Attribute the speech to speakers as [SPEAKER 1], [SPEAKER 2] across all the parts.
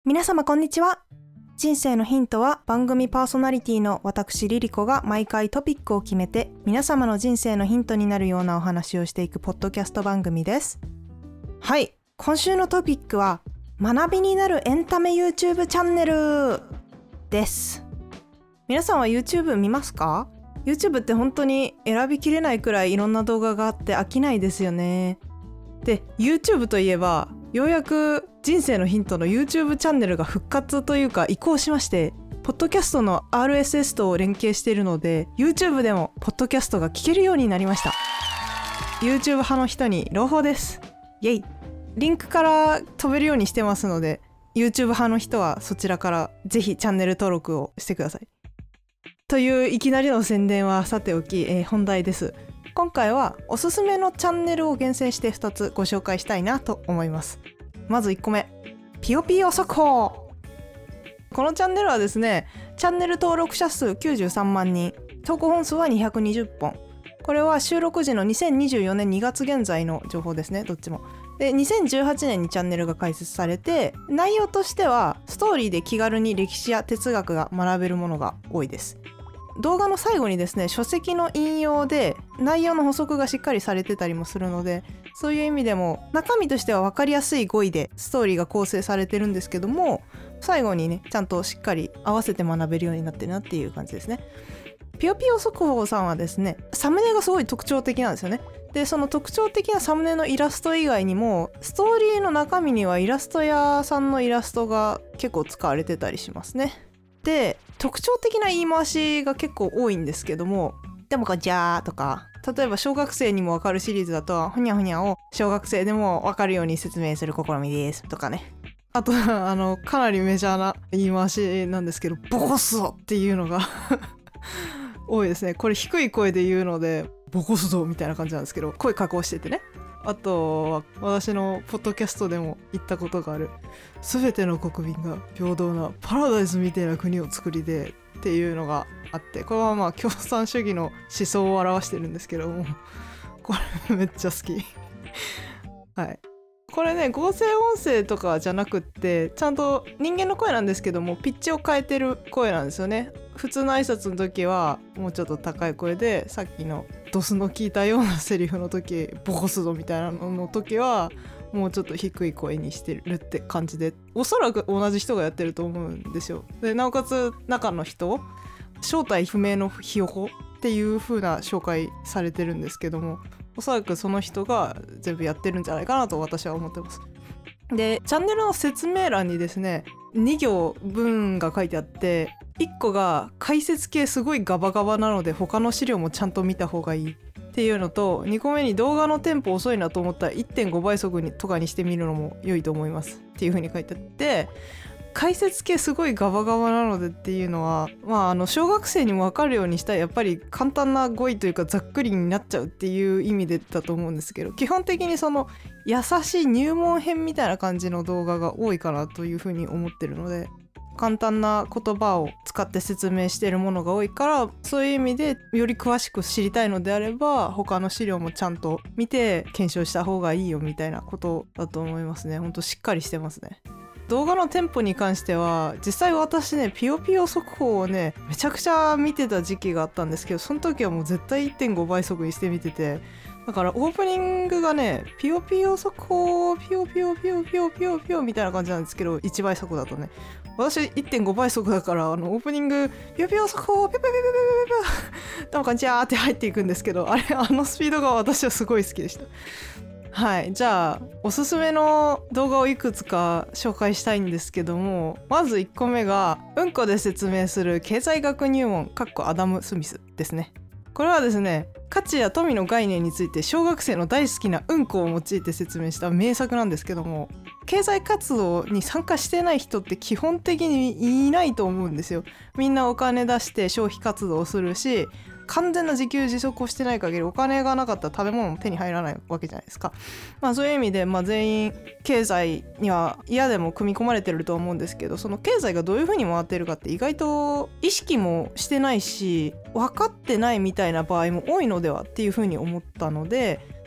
[SPEAKER 1] 皆様こんにちは。人生のヒントは番組パーソナリティの私リリコが毎回トピックを決めて皆様の人生のヒントになるようなお話をしていくポッドキャスト番組です。はい、今週のトピックは学びになるエンタメ YouTube チャンネルです。皆さんは YouTube 見ますか？ YouTube って本当に選びきれないくらいいろんな動画があって飽きないですよね。で、YouTube といえばようやく人生のヒントの YouTube チャンネルが復活というか移行しまして、ポッドキャストの RSS と連携しているので YouTube でもポッドキャストが聞けるようになりました。 YouTube 派の人に朗報です。イエイ。リンクから飛べるようにしてますので YouTube 派の人はそちらからぜひチャンネル登録をしてください。といういきなりの宣伝はさておき、本題です。今回はおすすめのチャンネルを厳選して2つご紹介したいなと思います。まず1個目、ピヨピヨ速報。このチャンネルはですね、チャンネル登録者数93万人、投稿本数は220本。これは収録時の2024年2月現在の情報ですね、どっちも。で、2018年にチャンネルが開設されて、内容としてはストーリーで気軽に歴史や哲学が学べるものが多いです。動画の最後にですね、書籍の引用で内容の補足がしっかりされてたりもするので、そういう意味でも中身としては分かりやすい語彙でストーリーが構成されてるんですけども、最後にねちゃんとしっかり合わせて学べるようになってるなっていう感じですね。ピヨピヨ速報さんはですね、サムネがすごい特徴的なんですよね。で、その特徴的なサムネのイラスト以外にもストーリーの中身にはイラスト屋さんのイラストが結構使われてたりしますね。で、特徴的な言い回しが結構多いんですけども、でもじゃーとか、例えば小学生にもわかるシリーズだとふにゃふにゃを小学生でもわかるように説明する試みですとかね。あとかなりメジャーな言い回しなんですけど、ボコスドっていうのが多いですね。これ低い声で言うのでボコスドみたいな感じなんですけど、声加工しててね。あとは私のポッドキャストでも言ったことがある、全ての国民が平等なパラダイスみたいな国を作りでっていうのがあって、これはまあ共産主義の思想を表してるんですけども、これめっちゃ好きはい、これね、合成音声とかじゃなくってちゃんと人間の声なんですけども、ピッチを変えてる声なんですよね。普通の挨拶の時はもうちょっと高い声で、さっきのドスの効いたようなセリフの時、ボコスドみたいなのの時はもうちょっと低い声にしてるって感じで、おそらく同じ人がやってると思うんですよ。で、なおかつ中の人、正体不明のひよこっていう風な紹介されてるんですけども、おそらくその人が全部やってるんじゃないかなと私は思ってます。で、チャンネルの説明欄にですね、2行文が書いてあって、1個が解説系すごいガバガバなので他の資料もちゃんと見た方がいいっていうのと、2個目に動画のテンポ遅いなと思ったら 1.5 倍速にとかにしてみるのも良いと思いますっていう風に書いてあって、解説系すごいガバガバなのでっていうのは、小学生にも分かるようにしたらやっぱり簡単な語彙というかざっくりになっちゃうっていう意味でだと思うんですけど、基本的にその優しい入門編みたいな感じの動画が多いかなというふうに思ってるので、簡単な言葉を使って説明しているものが多いから、そういう意味でより詳しく知りたいのであれば他の資料もちゃんと見て検証した方がいいよみたいなことだと思いますね。ほんとしっかりしてますね。動画のテンポに関しては実際私ね、ピヨピヨ速報をねめちゃくちゃ見てた時期があったんですけど、その時はもう絶対 1.5 倍速にして見てて、だからオープニングがね、ピヨピヨ速報ピヨピヨピヨピヨピヨピヨみたいな感じなんですけど、1倍速だとね、私 1.5 倍速だからオープニングピヨピヨ速報ピヨピヨピヨピヨピヨどうもこんにちはって入っていくんですけど、あのスピードが私はすごい好きでした。はい、じゃあおすすめの動画をいくつか紹介したいんですけども、まず1個目がうんこで説明する経済学入門アダム・スミスですね。これはですね、価値や富の概念について小学生の大好きなうんこを用いて説明した名作なんですけども、経済活動に参加してない人って基本的にいないと思うんですよ。みんなお金出して消費活動をするし、完全な自給自足をしてない限りお金がなかったら食べ物も手に入らないわけじゃないですか。そういう意味で、全員経済には嫌でも組み込まれてるとは思うんですけど、その経済がどういう風に回ってるかって意外と意識もしてないし分かってないみたいな場合も多いのではっていう風に思ったので、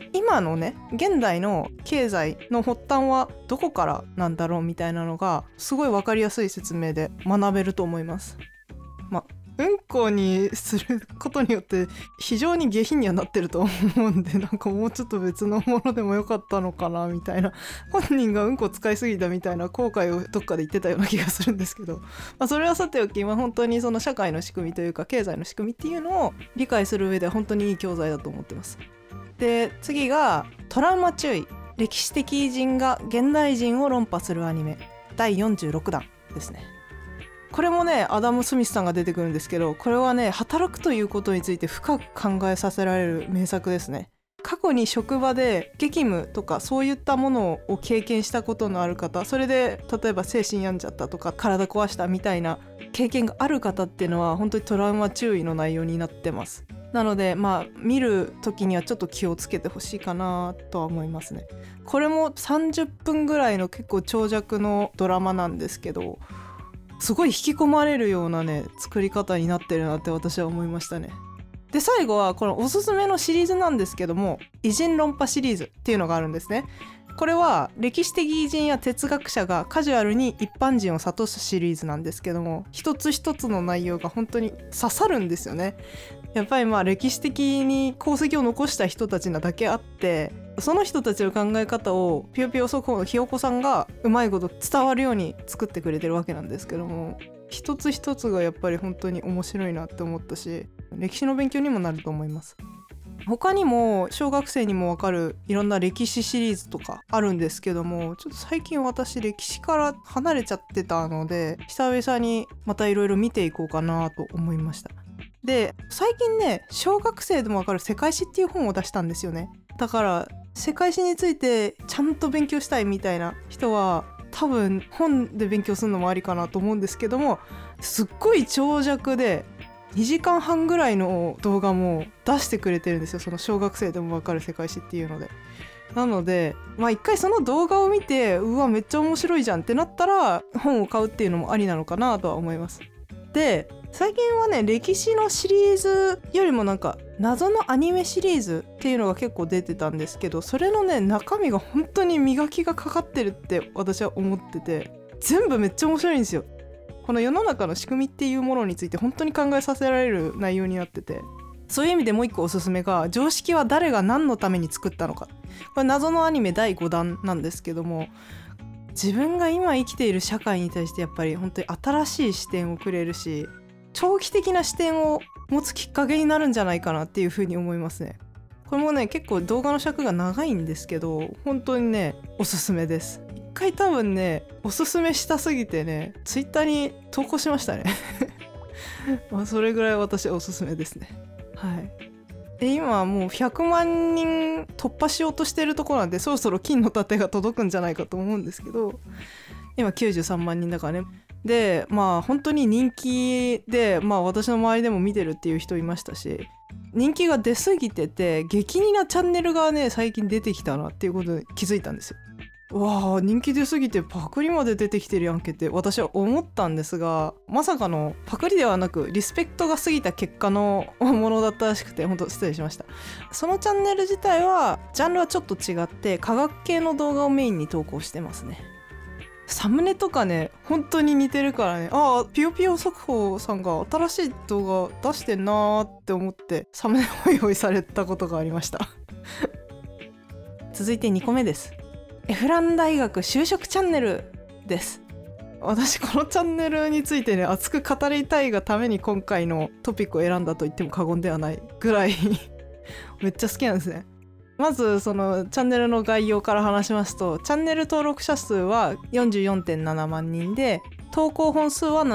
[SPEAKER 1] 今のね現代の経済の発端はどこからなんだろうみたいなのがすごい分かりやすい説明で学べると思います。うんこにすることによって非常に下品にはなってると思うんで、なんかもうちょっと別のものでもよかったのかなみたいな、本人がうんこ使いすぎたみたいな後悔をどっかで言ってたような気がするんですけど、それはさておき、本当にその社会の仕組みというか経済の仕組みっていうのを理解する上で本当にいい教材だと思ってます。で次がトラウマ注意、歴史的偉人が現代人を論破するアニメ第46弾ですね。これもねアダム・スミスさんが出てくるんですけど、これはね働くということについて深く考えさせられる名作ですね。過去に職場で激務とかそういったものを経験したことのある方、それで例えば精神病んじゃったとか体壊したみたいな経験がある方っていうのは本当にトラウマ注意の内容になってます。なので見る時にはちょっと気をつけてほしいかなとは思いますね。これも30分ぐらいの結構長尺のドラマなんですけど、すごい引き込まれるようなね作り方になってるなって私は思いましたね。で最後はこのおすすめのシリーズなんですけども、偉人論破シリーズっていうのがあるんですね。これは歴史的偉人や哲学者がカジュアルに一般人を諭すシリーズなんですけども、一つ一つの内容が本当に刺さるんですよね。やっぱり歴史的に功績を残した人たちなだけあって、その人たちの考え方をぴよぴよ速報のひよこさんがうまいこと伝わるように作ってくれてるわけなんですけども、一つ一つがやっぱり本当に面白いなって思ったし、歴史の勉強にもなると思います。他にも小学生にもわかるいろんな歴史シリーズとかあるんですけども、ちょっと最近私歴史から離れちゃってたので、久々にまたいろいろ見ていこうかなと思いました。で最近ね小学生でもわかる世界史っていう本を出したんですよね。だから世界史についてちゃんと勉強したいみたいな人は多分本で勉強するのもありかなと思うんですけども、すっごい長尺で2時間半ぐらいの動画も出してくれてるんですよ、その小学生でもわかる世界史っていうので。なので一回その動画を見てうわめっちゃ面白いじゃんってなったら本を買うっていうのもありなのかなとは思います。で最近はね歴史のシリーズよりもなんか謎のアニメシリーズっていうのが結構出てたんですけど、それのね中身が本当に磨きがかかってるって私は思ってて、全部めっちゃ面白いんですよ。この世の中の仕組みっていうものについて本当に考えさせられる内容になってて、そういう意味でもう一個おすすめが常識は誰が何のために作ったのか。これ謎のアニメ第5弾なんですけども、自分が今生きている社会に対してやっぱり本当に新しい視点をくれるし、長期的な視点を持つきっかけになるんじゃないかなっていうふうに思いますね。これもね結構動画の尺が長いんですけど本当にねおすすめです。一回多分ねおすすめしたすぎてねツイッターに投稿しましたねそれぐらい私おすすめですね。はいで今はもう100万人突破しようとしてるところなんで、そろそろ金の盾が届くんじゃないかと思うんですけど、今93万人だからね。で本当に人気で私の周りでも見てるっていう人いましたし、人気が出すぎてて激似なチャンネルがね最近出てきたなっていうことに気づいたんですよ。わあ人気出すぎてパクリまで出てきてるやんけって私は思ったんですが、まさかのパクリではなくリスペクトが過ぎた結果のものだったらしくて、本当失礼しました。そのチャンネル自体はジャンルはちょっと違って科学系の動画をメインに投稿してますね。サムネとかね本当に似てるからね、ピヨピヨ速報さんが新しい動画出してんなーって思ってサムネを用意されたことがありました続いて2個目です。エフラン大学就職チャンネルです。私このチャンネルについてね熱く語りたいがために今回のトピックを選んだと言っても過言ではないぐらいめっちゃ好きなんですね。まずそのチャンネルの概要から話しますと、チャンネル登録者数は 44.7 万人で投稿本数は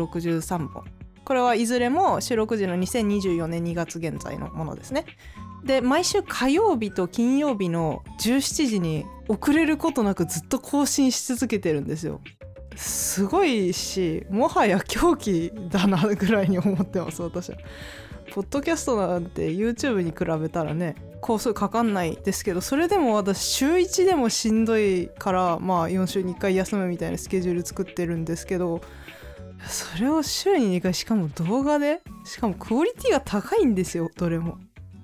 [SPEAKER 1] 763本。これはいずれも収録時の2024年2月現在のものですね。で毎週火曜日と金曜日の17時に遅れることなくずっと更新し続けてるんですよ。すごいし、もはや狂気だなぐらいに思ってます私は。ポッドキャストなんて YouTube に比べたらね工数かかんないですけど、それでも私週1でもしんどいから4週に1回休むみたいなスケジュール作ってるんですけど、それを週に2回しかも動画で、しかもクオリティが高いんですよどれも。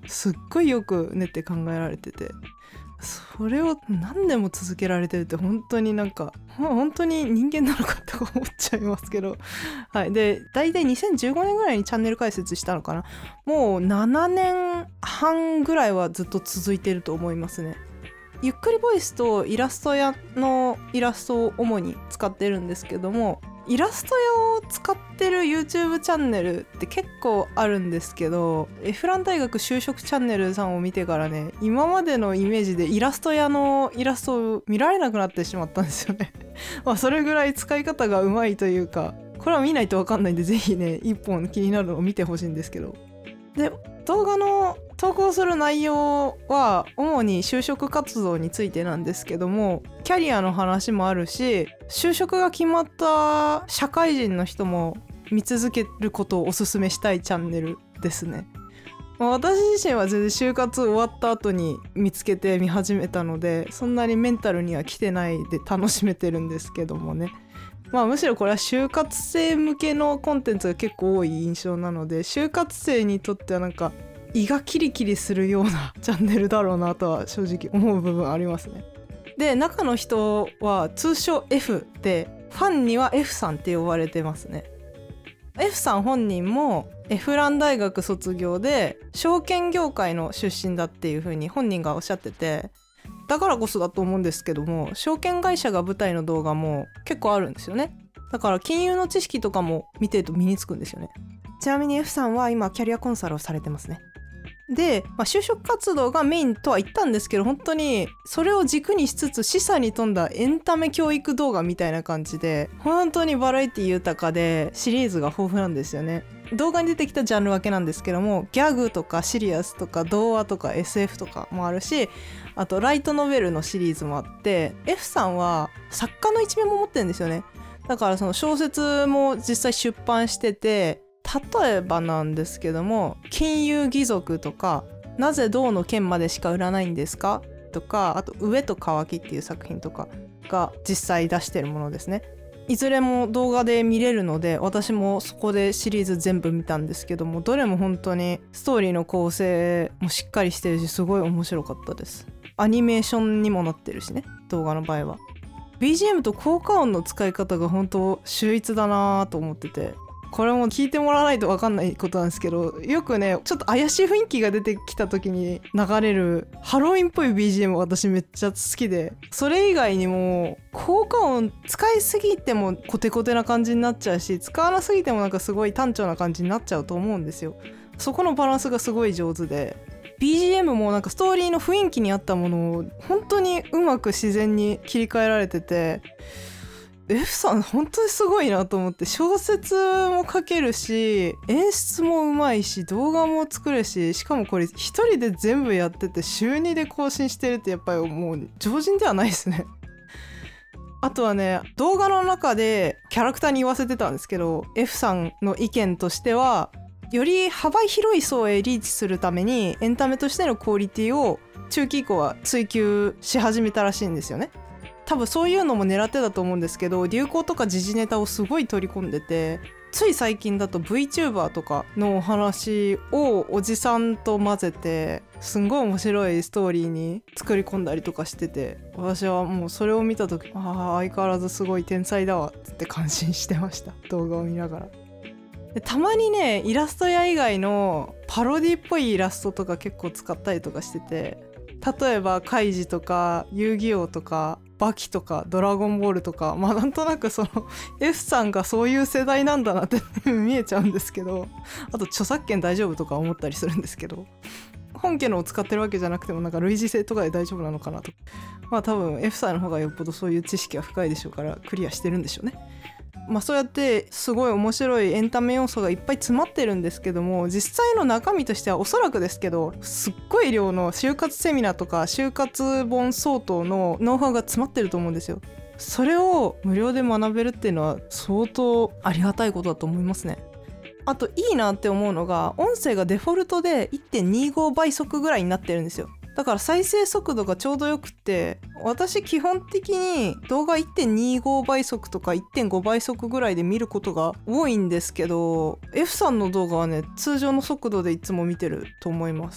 [SPEAKER 1] すっごいよく練って考えられてて、それを何年も続けられてるって本当になんか本当に人間なのかとか思っちゃいますけど、はい。で大体2015年ぐらいにチャンネル開設したのかな。もう7年半ぐらいはずっと続いてると思いますね。ゆっくりボイスとイラスト屋のイラストを主に使ってるんですけども、イラスト屋を使ってる YouTube チャンネルって結構あるんですけど、エフラン大学就職チャンネルさんを見てからね、今までのイメージでイラスト屋のイラストを見られなくなってしまったんですよねまあそれぐらい使い方がうまいというか、これは見ないと分かんないんで、ぜひね一本気になるのを見てほしいんですけど。で動画の投稿する内容は主に就職活動についてなんですけども、キャリアの話もあるし、就職が決まった社会人の人も見続けることをおすすめしたいチャンネルですね。私自身は全然就活終わった後に見つけて見始めたので、そんなにメンタルには来てないで楽しめてるんですけどもね。むしろこれは就活生向けのコンテンツが結構多い印象なので、就活生にとってはなんか胃がキリキリするようなチャンネルだろうなとは正直思う部分ありますね。で中の人は通称 F で、ファンには F さんって呼ばれてますね。F さん本人もエフラン大学卒業で証券業界の出身だっていう風に本人がおっしゃってて、だからこそだと思うんですけども、証券会社が舞台の動画も結構あるんですよね。だから金融の知識とかも見てると身につくんですよね。ちなみに F さんは今キャリアコンサルをされてますね。で、就職活動がメインとは言ったんですけど、本当にそれを軸にしつつ示唆に富んだエンタメ教育動画みたいな感じで、本当にバラエティ豊かでシリーズが豊富なんですよね。動画に出てきたジャンル分けなんですけども、ギャグとかシリアスとか童話とか SF とかもあるし、あとライトノベルのシリーズもあって、 F さんは作家の一面も持ってるんですよね。だからその小説も実際出版してて、例えばなんですけども、金融義族とかなぜ銅の剣までしか売らないんですかとか、あと上と乾きっていう作品とかが実際出してるものですね。いずれも動画で見れるので、私もそこでシリーズ全部見たんですけども、どれも本当にストーリーの構成もしっかりしてるし、すごい面白かったです。アニメーションにもなってるしね、動画の場合は。 BGM と効果音の使い方が本当秀逸だなと思ってて、これも聞いてもらわないと分かんないことなんですけど、よくねちょっと怪しい雰囲気が出てきた時に流れるハロウィンっぽい BGM 私めっちゃ好きで、それ以外にも効果音使いすぎてもコテコテな感じになっちゃうし、使わなすぎてもなんかすごい単調な感じになっちゃうと思うんですよ。そこのバランスがすごい上手で、 BGM もなんかストーリーの雰囲気に合ったものを本当にうまく自然に切り替えられてて、F さん本当にすごいなと思って、小説も書けるし演出もうまいし動画も作るし、しかもこれ一人で全部やってて週2で更新してるって、やっぱりもう常人ではないですね。あとはね、動画の中でキャラクターに言わせてたんですけど、 F さんの意見としては、より幅広い層へリーチするためにエンタメとしてのクオリティを中期以降は追求し始めたらしいんですよね。多分そういうのも狙ってたと思うんですけど、流行とか時事ネタをすごい取り込んでて、つい最近だと VTuber とかのお話をおじさんと混ぜてすんごい面白いストーリーに作り込んだりとかしてて、私はもうそれを見た時、相変わらずすごい天才だわって感心してました、動画を見ながら。でたまにねイラスト屋以外のパロディっぽいイラストとか結構使ったりとかしてて、例えばカイジとか遊戯王とかバキとかドラゴンボールとか、なんとなくその F さんがそういう世代なんだなって見えちゃうんですけど、あと著作権大丈夫とか思ったりするんですけど、本家のを使ってるわけじゃなくてもなんか類似性とかで大丈夫なのかなと。多分 F さんの方がよっぽどそういう知識は深いでしょうからクリアしてるんでしょうね。そうやってすごい面白いエンタメ要素がいっぱい詰まってるんですけども、実際の中身としてはおそらくですけどすっごい量の就活セミナーとか就活本相当のノウハウが詰まってると思うんですよ。それを無料で学べるっていうのは相当ありがたいことだと思いますね。あといいなって思うのが、音声がデフォルトで 1.25 倍速ぐらいになってるんですよ。だから再生速度がちょうどよくって、私基本的に動画 1.25 倍速とか 1.5 倍速ぐらいで見ることが多いんですけど、 F さんの動画はね通常の速度でいつも見てると思います。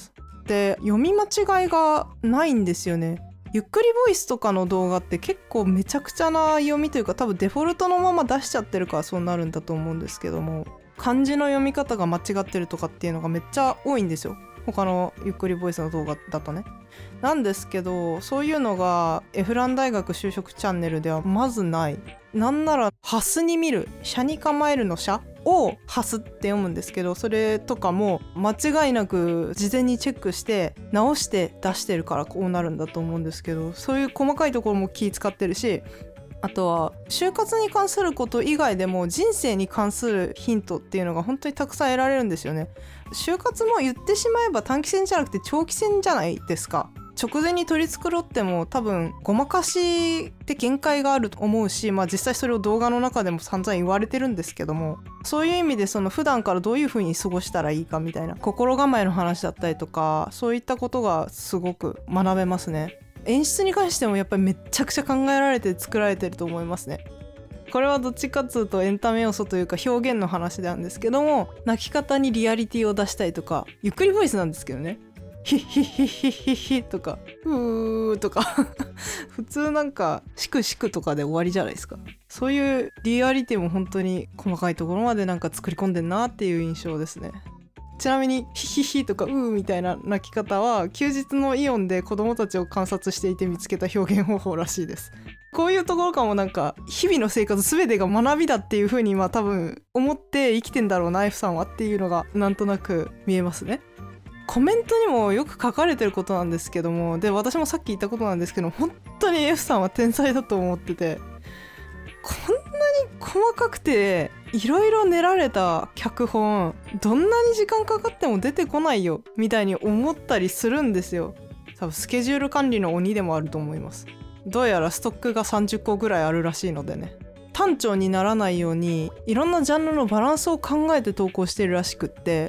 [SPEAKER 1] って読み間違いがないんですよね。ゆっくりボイスとかの動画って結構めちゃくちゃな読みというか、多分デフォルトのまま出しちゃってるからそうなるんだと思うんですけども、漢字の読み方が間違ってるとかっていうのがめっちゃ多いんですよ、他のゆっくりボイスの動画だとね。なんですけど、そういうのがエフラン大学就職チャンネルではまずない。なんならハスに見る、車に構えるの車をハスって読むんですけど、それとかも間違いなく事前にチェックして直して出してるからこうなるんだと思うんですけど、そういう細かいところも気使ってるし、あとは就活に関すること以外でも人生に関するヒントっていうのが本当にたくさん得られるんですよね。就活も言ってしまえば短期戦じゃなくて長期戦じゃないですか。直前に取り繕っても多分ごまかしって限界があると思うし、実際それを動画の中でも散々言われてるんですけども、そういう意味でその普段からどういう風に過ごしたらいいかみたいな心構えの話だったりとか、そういったことがすごく学べますね。演出に関してもやっぱりめっちゃくちゃ考えられて作られてると思いますね。これはどっちかっつうとエンタメ要素というか表現の話なんですけども、泣き方にリアリティを出したりとか、ゆっくりボイスなんですけどね、ヒッヒッヒッヒッヒッヒとかうーとか普通なんかシクシクとかで終わりじゃないですか。そういうリアリティも本当に細かいところまでなんか作り込んでんなっていう印象ですね。ちなみにヒヒヒとかうーみたいな泣き方は休日のイオンで子供たちを観察していて見つけた表現方法らしいです。こういうところかもなんか日々の生活全てが学びだっていう風に多分思って生きてんだろうな F さんはっていうのがなんとなく見えますね。コメントにもよく書かれてることなんですけども、で私もさっき言ったことなんですけど、本当に F さんは天才だと思ってて、こんなに細かくていろいろ練られた脚本どんなに時間かかっても出てこないよみたいに思ったりするんですよ。多分スケジュール管理の鬼でもあると思います。どうやらストックが30個ぐらいあるらしいのでね、単調にならないようにいろんなジャンルのバランスを考えて投稿してるらしくって、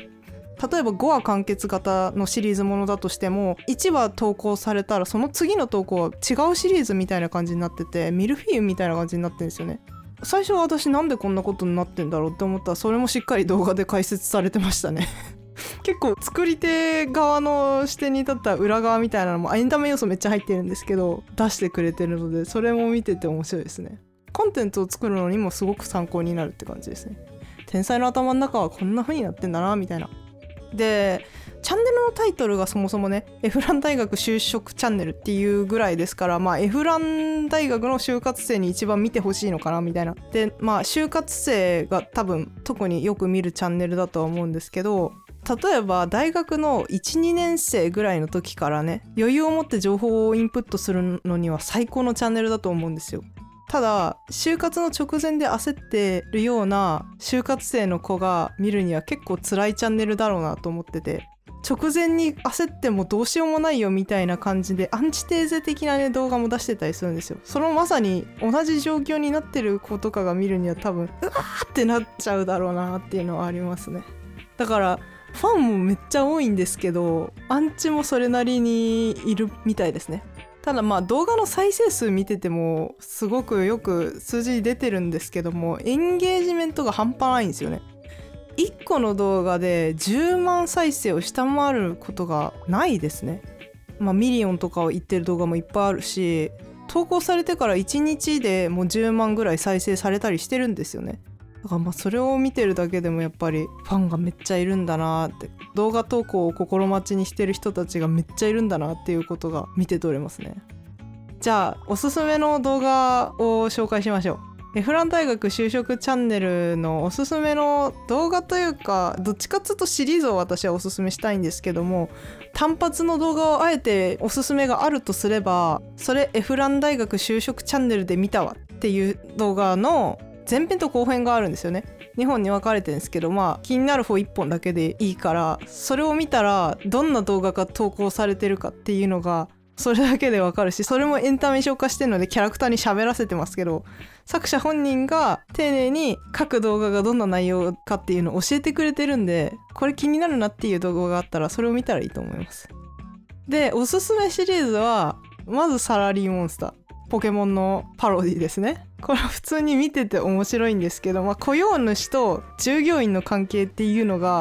[SPEAKER 1] 例えば5話完結型のシリーズものだとしても1話投稿されたらその次の投稿は違うシリーズみたいな感じになってて、ミルフィーユみたいな感じになってるんですよね。最初は私なんでこんなことになってんだろうって思ったら、それもしっかり動画で解説されてましたね結構作り手側の視点に立った裏側みたいなのもエンタメ要素めっちゃ入ってるんですけど出してくれてるので、それも見てて面白いですね。コンテンツを作るのにもすごく参考になるって感じですね。天才の頭の中はこんな風になってんだなみたいな。でチャンネルのタイトルがそもそもね、エフラン大学就職チャンネルっていうぐらいですから、エフラン大学の就活生に一番見てほしいのかなみたいな。で就活生が多分特によく見るチャンネルだとは思うんですけど、例えば大学の 1,2 年生ぐらいの時からね、余裕を持って情報をインプットするのには最高のチャンネルだと思うんですよ。ただ就活の直前で焦ってるような就活生の子が見るには結構辛いチャンネルだろうなと思ってて、直前に焦ってもどうしようもないよみたいな感じでアンチテーゼ的なね動画も出してたりするんですよ。そのまさに同じ状況になってる子とかが見るには多分うわーってなっちゃうだろうなっていうのはありますね。だからファンもめっちゃ多いんですけど、アンチもそれなりにいるみたいですね。ただ動画の再生数見ててもすごくよく数字出てるんですけども、エンゲージメントが半端ないんですよね。1個の動画で10万再生を下回ることがないですね。ミリオンとかを言ってる動画もいっぱいあるし、投稿されてから1日でもう10万ぐらい再生されたりしてるんですよね。だからそれを見てるだけでもやっぱりファンがめっちゃいるんだなって、動画投稿を心待ちにしてる人たちがめっちゃいるんだなっていうことが見て取れますね。じゃあおすすめの動画を紹介しましょう。エフラン大学就職チャンネルのおすすめの動画というか、どっちかっつうとシリーズを私はおすすめしたいんですけども、単発の動画をあえておすすめがあるとすれば、それエフラン大学就職チャンネルで見たわっていう動画の前編と後編があるんですよね。2本に分かれてるんですけど、気になる方1本だけでいいから、それを見たらどんな動画が投稿されてるかっていうのがそれだけで分かるし、それもエンタメ消化してるのでキャラクターに喋らせてますけど、作者本人が丁寧に各動画がどんな内容かっていうのを教えてくれてるんで、これ気になるなっていう動画があったらそれを見たらいいと思います。でおすすめシリーズはまずサラリーモンスター、ポケモンのパロディですね。これは普通に見てて面白いんですけど、雇用主と従業員の関係っていうのが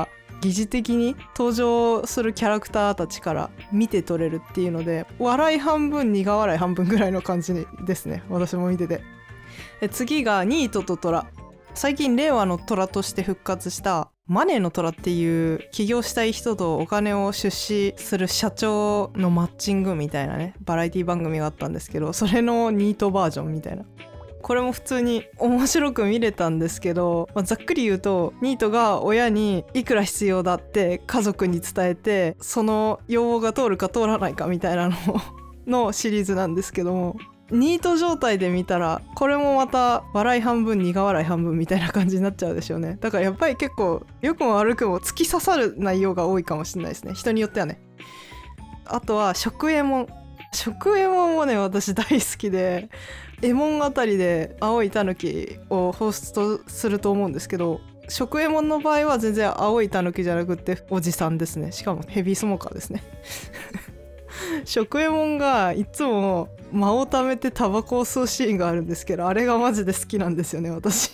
[SPEAKER 1] 疑似的に登場するキャラクターたちから見て取れるっていうので、笑い半分苦笑い半分ぐらいの感じですね、私も見てて。次がニートとトラ。最近令和の虎として復活したマネーの虎っていう起業したい人とお金を出資する社長のマッチングみたいなねバラエティ番組があったんですけど、それのニートバージョンみたいな。これも普通に面白く見れたんですけど、ざっくり言うとニートが親にいくら必要だって家族に伝えて、その要望が通るか通らないかみたいなのシリーズなんですけども、ニート状態で見たらこれもまた笑い半分苦笑い半分みたいな感じになっちゃうでしょうね。だからやっぱり結構良くも悪くも突き刺さる内容が多いかもしれないですね、人によってはね。あとは食右衛門もね私大好きで、右衛門あたりで青い狸を放出すると思うんですけど、食右衛門の場合は全然青い狸じゃなくっておじさんですね。しかもヘビースモーカーですね食右衛門がいつも間をためてタバコを吸うシーンがあるんですけど、あれがマジで好きなんですよね私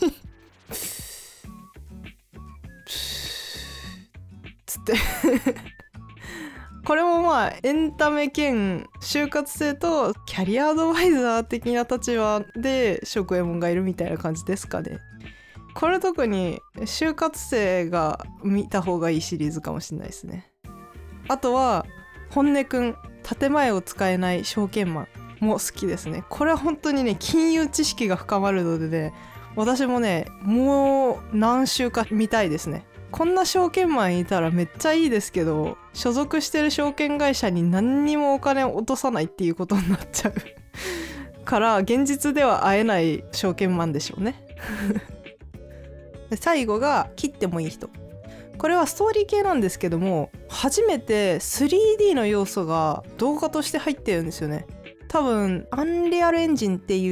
[SPEAKER 1] つってこれもまあエンタメ兼就活生とキャリアアドバイザー的な立場で食右衛門がいるみたいな感じですかね。これ特に就活生が見た方がいいシリーズかもしれないですね。あとは本音くん建前を使えない証券マンも好きですね。これは本当にね金融知識が深まるのでね、私もねもう何週か見たいですね。こんな証券マンいたらめっちゃいいですけど、所属してる証券会社に何にもお金を落とさないっていうことになっちゃうから現実では会えない証券マンでしょうねで最後が切ってもいい人。これはストーリー系なんですけども、初めて 3D の要素が動画として入ってるんですよね。多分アンリアルエンジンっていう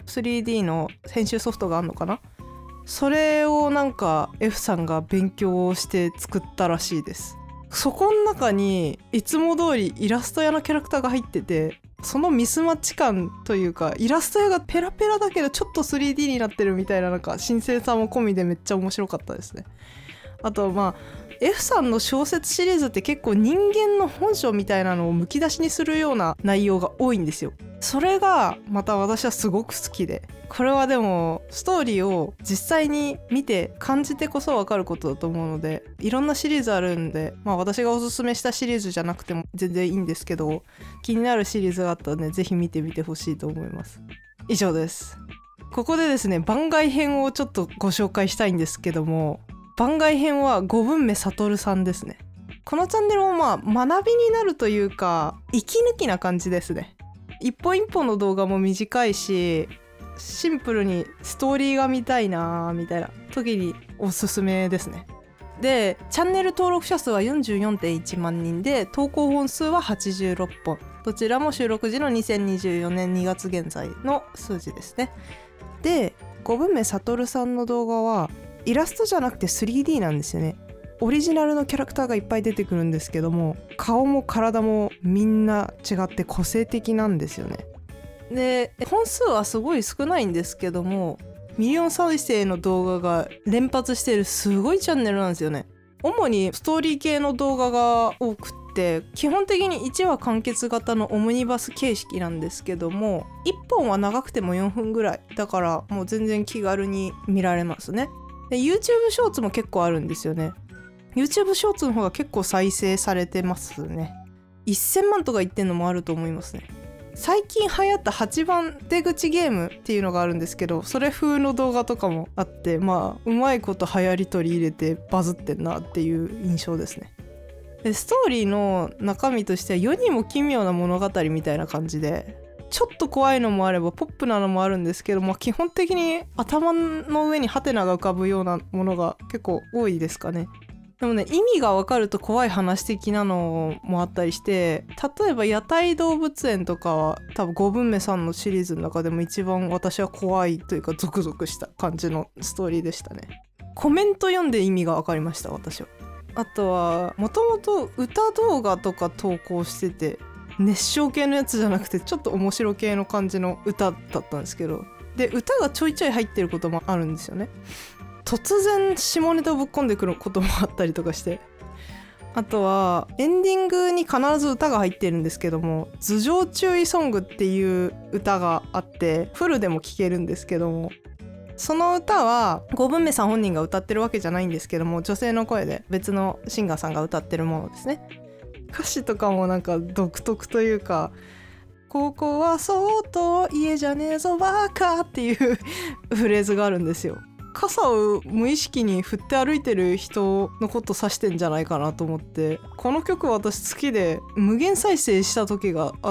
[SPEAKER 1] 3D の編集ソフトがあるのかな。それをなんか F さんが勉強して作ったらしいです。そこの中にいつも通りイラスト屋のキャラクターが入ってて、そのミスマッチ感というか、イラスト屋がペラペラだけどちょっと 3D になってるみたいな、なんか新鮮さも込みでめっちゃ面白かったですね。あとまあ F さんの小説シリーズって結構人間の本性みたいなのをむき出しにするような内容が多いんですよ。それがまた私はすごく好きで、これはでもストーリーを実際に見て感じてこそ分かることだと思うので、いろんなシリーズあるんで、まあ私がおすすめしたシリーズじゃなくても全然いいんですけど、気になるシリーズがあったらねぜひ見てみてほしいと思います。以上です。ここでですね番外編をちょっとご紹介したいんですけども、番外編は五分目悟さんですね。このチャンネルもまあ学びになるというか息抜きな感じですね。一本一本の動画も短いし、シンプルにストーリーが見たいなみたいな時におすすめですね。でチャンネル登録者数は 44.1 万人で、投稿本数は86本。どちらも収録時の2024年2月現在の数字ですね。で五分目悟さんの動画はイラストじゃなくて 3D なんですよね。オリジナルのキャラクターがいっぱい出てくるんですけども、顔も体もみんな違って個性的なんですよね。で本数はすごい少ないんですけども、ミリオン再生の動画が連発しているすごいチャンネルなんですよね。主にストーリー系の動画が多くて、基本的に1話完結型のオムニバス形式なんですけども、1本は長くても4分ぐらいだからもう全然気軽に見られますね。で YouTube ショーツも結構あるんですよね。 YouTube ショーツの方が結構再生されてますね。1000万とか言ってんのもあると思いますね。最近流行った8番出口ゲームっていうのがあるんですけど、それ風の動画とかもあって、まあうまいこと流行り取り入れてバズってんなっていう印象ですね。でストーリーの中身としては世にも奇妙な物語みたいな感じで、ちょっと怖いのもあればポップなのもあるんですけど、まあ、基本的に頭の上にハテナが浮かぶようなものが結構多いですかね。でもね意味が分かると怖い話的なのもあったりして、例えば屋台動物園とかは多分五分目さんのシリーズの中でも一番私は怖いというかゾクゾクした感じのストーリーでしたね。コメント読んで意味が分かりました私は。あとはもともと歌動画とか投稿してて、熱唱系のやつじゃなくてちょっと面白系の感じの歌だったんですけど、で歌がちょいちょい入ってることもあるんですよね。突然下ネタをぶっ込んでくることもあったりとかして、 あとはエンディングに必ず歌が入ってるんですけども、頭上注意ソングっていう歌があってフルでも聴けるんですけども、その歌は五分目さん本人が歌ってるわけじゃないんですけども、女性の声で別のシンガーさんが歌ってるものですね。歌詞とかもなんか独特というか、ここはそうと家じゃねえぞバカっていうフレーズがあるんですよ。傘を無意識に振って歩いてる人のこと指してんじゃないかなと思って、この曲私好きで無限再生した時があって、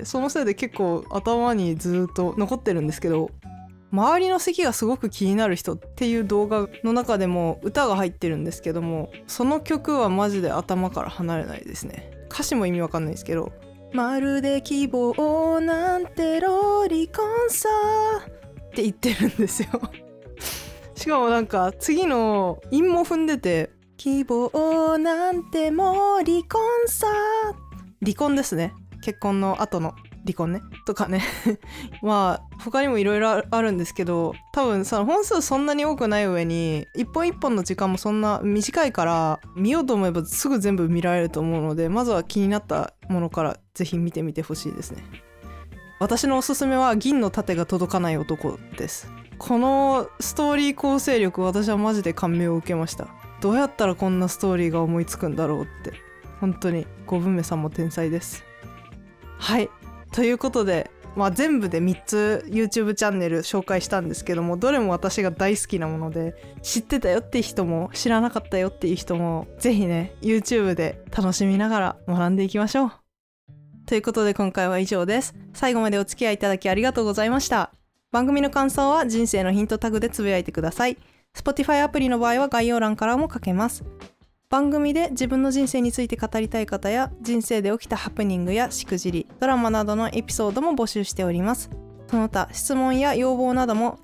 [SPEAKER 1] そのせいで結構頭にずっと残ってるんですけど、周りの席がすごく気になる人っていう動画の中でも歌が入ってるんですけども、その曲はマジで頭から離れないですね。歌詞も意味わかんないですけど、まるで希望なんてロリコンさって言ってるんですよ。しかもなんか次の韻も踏んでて、希望なんてもう離婚さ、離婚ですね、結婚の後の離婚ねとかねまあ他にもいろいろあるんですけど、多分その本数そんなに多くない上に一本一本の時間もそんな短いから、見ようと思えばすぐ全部見られると思うので、まずは気になったものからぜひ見てみてほしいですね。私のおすすめは銀の盾が届かない男です。このストーリー構成力、私はマジで感銘を受けました。どうやったらこんなストーリーが思いつくんだろうって、本当に五分目さんも天才です。はい、ということで、全部で3つ YouTube チャンネル紹介したんですけども、どれも私が大好きなもので、知ってたよっていう人も知らなかったよっていう人もぜひね YouTube で楽しみながら学んでいきましょう。ということで今回は以上です。最後までお付き合いいただきありがとうございました。番組の感想は人生のヒントタグでつぶやいてください。 Spotify アプリの場合は概要欄からも書けます。番組で自分の人生について語りたい方や、人生で起きたハプニングやしくじり、ドラマなどのエピソードも募集しております。その他質問や要望なども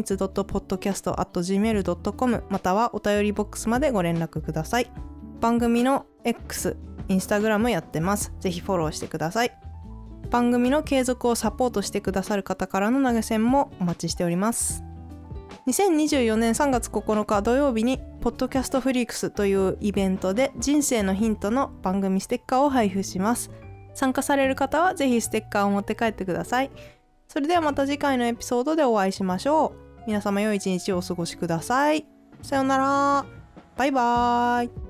[SPEAKER 1] lifehints.podcast@gmail.com またはお便りボックスまでご連絡ください。番組の X、インスタグラムやってます。ぜひフォローしてください。番組の継続をサポートしてくださる方からの投げ銭もお待ちしております。2024年3月9日土曜日にポッドキャストフリークスというイベントで人生のヒントの番組ステッカーを配布します。参加される方はぜひステッカーを持って帰ってください。それではまた次回のエピソードでお会いしましょう。皆様良い一日をお過ごしください。さようなら。バイバーイ。